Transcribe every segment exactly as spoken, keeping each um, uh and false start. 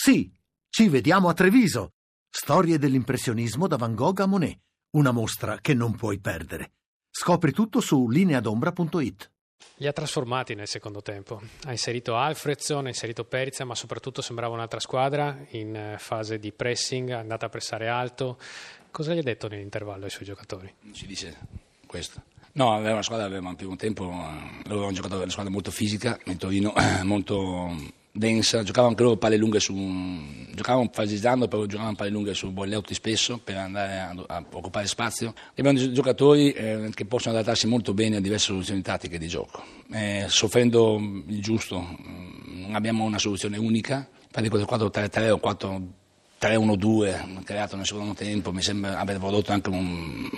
Sì, ci vediamo a Treviso. Storie dell'impressionismo da Van Gogh a Monet. Una mostra che non puoi perdere. Scopri tutto su lineadombra punto it. Li ha trasformati nel secondo tempo. Ha inserito Alfredson, ha inserito Perica, ma soprattutto sembrava un'altra squadra in fase di pressing, è andata a pressare alto. Cosa gli ha detto nell'intervallo ai suoi giocatori? Si dice questo. No, aveva una squadra, aveva un primo tempo, loro hanno giocato una squadra molto fisica, il Torino molto densa, giocavano anche loro palle lunghe su, giocavano fasizzando, però giocavano palle lunghe su Bolletti spesso per andare a, a occupare spazio. E abbiamo dei giocatori eh, che possono adattarsi molto bene a diverse soluzioni tattiche di gioco, eh, soffrendo il giusto, non abbiamo una soluzione unica, infatti questo quattro tre tre o quattro tre uno due creato nel secondo tempo mi sembra aver prodotto anche un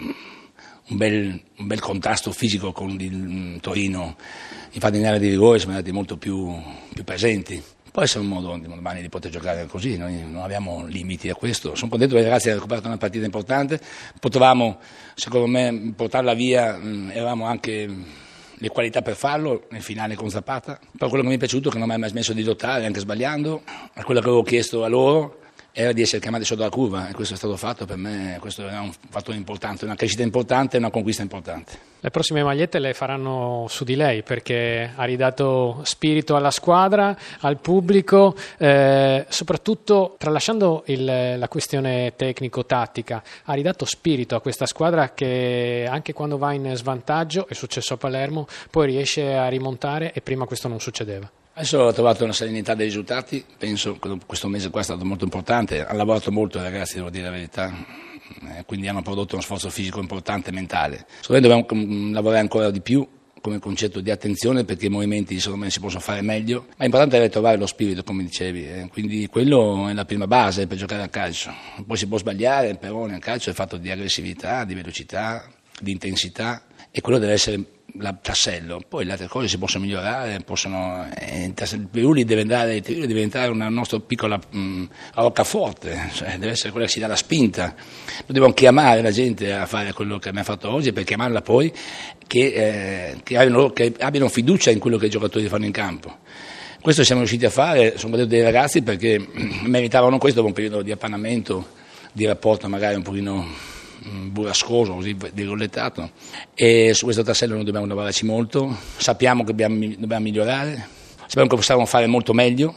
Un bel, un bel contrasto fisico con il Torino, infatti in area di rigore siamo andati molto più, più presenti. Può essere un modo domani di poter giocare così, noi non abbiamo limiti a questo. Sono contento che i ragazzi hanno recuperato una partita importante, potevamo secondo me portarla via, avevamo anche le qualità per farlo nel finale con Zapata, però quello che mi è piaciuto è che non mi ha mai smesso di lottare anche sbagliando, a quello che avevo chiesto a loro era di essere chiamati sotto la curva e questo è stato fatto. Per me questo è un fattore importante, una crescita importante e una conquista importante. Le prossime magliette le faranno su di lei perché ha ridato spirito alla squadra, al pubblico, eh, soprattutto tralasciando il, la questione tecnico-tattica, ha ridato spirito a questa squadra che anche quando va in svantaggio, è successo a Palermo, poi riesce a rimontare e prima questo non succedeva. Adesso ho trovato una serenità dei risultati, penso che questo mese qua è stato molto importante, hanno lavorato molto i ragazzi, devo dire la verità, eh, quindi hanno prodotto uno sforzo fisico importante e mentale. Secondo me dobbiamo lavorare ancora di più come concetto di attenzione perché i movimenti secondo me si possono fare meglio, ma l'importante è trovare lo spirito come dicevi, eh, quindi quello è la prima base per giocare a calcio. Poi si può sbagliare, però nel calcio è fatto di aggressività, di velocità, di intensità e quello deve essere il tassello, poi le altre cose si possono migliorare, possono, eh, il Friuli deve andare, il Friuli deve diventare una nostra piccola mh, roccaforte, cioè deve essere quella che si dà la spinta. Noi dobbiamo chiamare la gente a fare quello che abbiamo fatto oggi per chiamarla poi che, eh, che, abbiano, che abbiano fiducia in quello che i giocatori fanno in campo. Questo siamo riusciti a fare, sono contento dei ragazzi perché meritavano questo dopo un periodo di appannamento, di rapporto magari un pochino burrascoso, così virgolettato, e su questo tassello noi dobbiamo lavorarci molto, sappiamo che dobbiamo, dobbiamo migliorare, sappiamo che possiamo fare molto meglio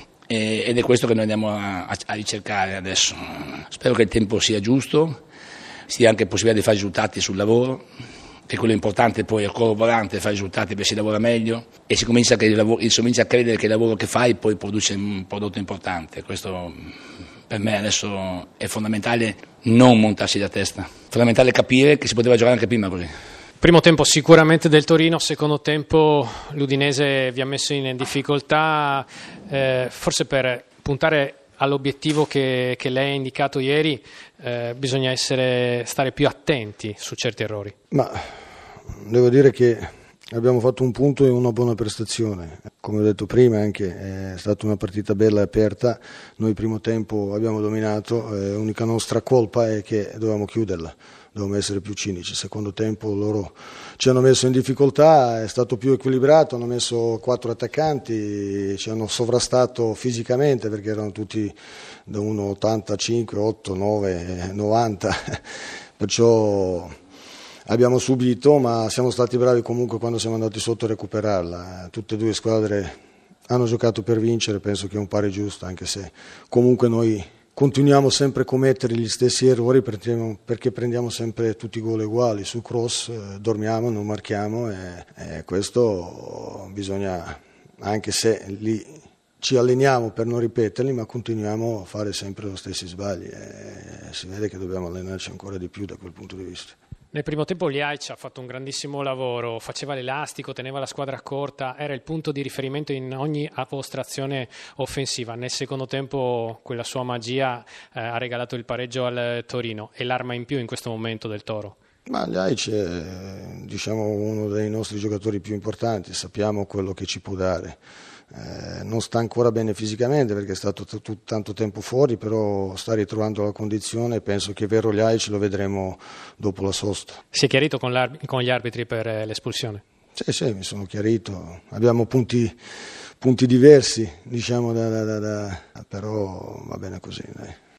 e, ed è questo che noi andiamo a, a ricercare adesso. Spero che il tempo sia giusto, sia anche possibile di fare risultati sul lavoro, che quello importante poi è corroborante, fare risultati perché si lavora meglio e si comincia, che il lavoro, si comincia a credere che il lavoro che fai poi produce un prodotto importante. Questo per me adesso è fondamentale, non montarsi la testa, fondamentale capire che si poteva giocare anche prima così. Primo tempo sicuramente del Torino, secondo tempo l'Udinese vi ha messo in difficoltà, eh, forse per puntare all'obiettivo che, che lei ha indicato ieri eh, bisogna essere, stare più attenti su certi errori. Ma devo dire che abbiamo fatto un punto e una buona prestazione, come ho detto prima anche è stata una partita bella e aperta, noi primo tempo abbiamo dominato, eh, l'unica nostra colpa è che dovevamo chiuderla, dovevamo essere più cinici, secondo tempo loro ci hanno messo in difficoltà, è stato più equilibrato, hanno messo quattro attaccanti, ci hanno sovrastato fisicamente perché erano tutti da uno virgola ottantacinque, otto, nove, novanta, perciò abbiamo subito, ma siamo stati bravi comunque quando siamo andati sotto a recuperarla. Tutte e due squadre hanno giocato per vincere, penso che è un pari giusto, anche se comunque noi continuiamo sempre a commettere gli stessi errori perché prendiamo sempre tutti i gol uguali. Su cross eh, dormiamo, non marchiamo e, e questo bisogna, anche se lì ci alleniamo per non ripeterli, ma continuiamo a fare sempre lo stessi sbagli e si vede che dobbiamo allenarci ancora di più da quel punto di vista. Nel primo tempo Ljajic ha fatto un grandissimo lavoro, faceva l'elastico, teneva la squadra corta, era il punto di riferimento in ogni vostra azione offensiva. Nel secondo tempo quella sua magia eh, ha regalato il pareggio al Torino. È l'arma in più in questo momento del Toro? Ma Ljajic è diciamo, uno dei nostri giocatori più importanti, sappiamo quello che ci può dare. Eh, non sta ancora bene fisicamente perché è stato t- t- tanto tempo fuori, però sta ritrovando la condizione e penso che vero Ljajic lo vedremo dopo la sosta. Si è chiarito con, con gli arbitri per l'espulsione? Sì, sì, mi sono chiarito. Abbiamo punti, punti diversi, diciamo, da, da, da, da, però va bene così, dai.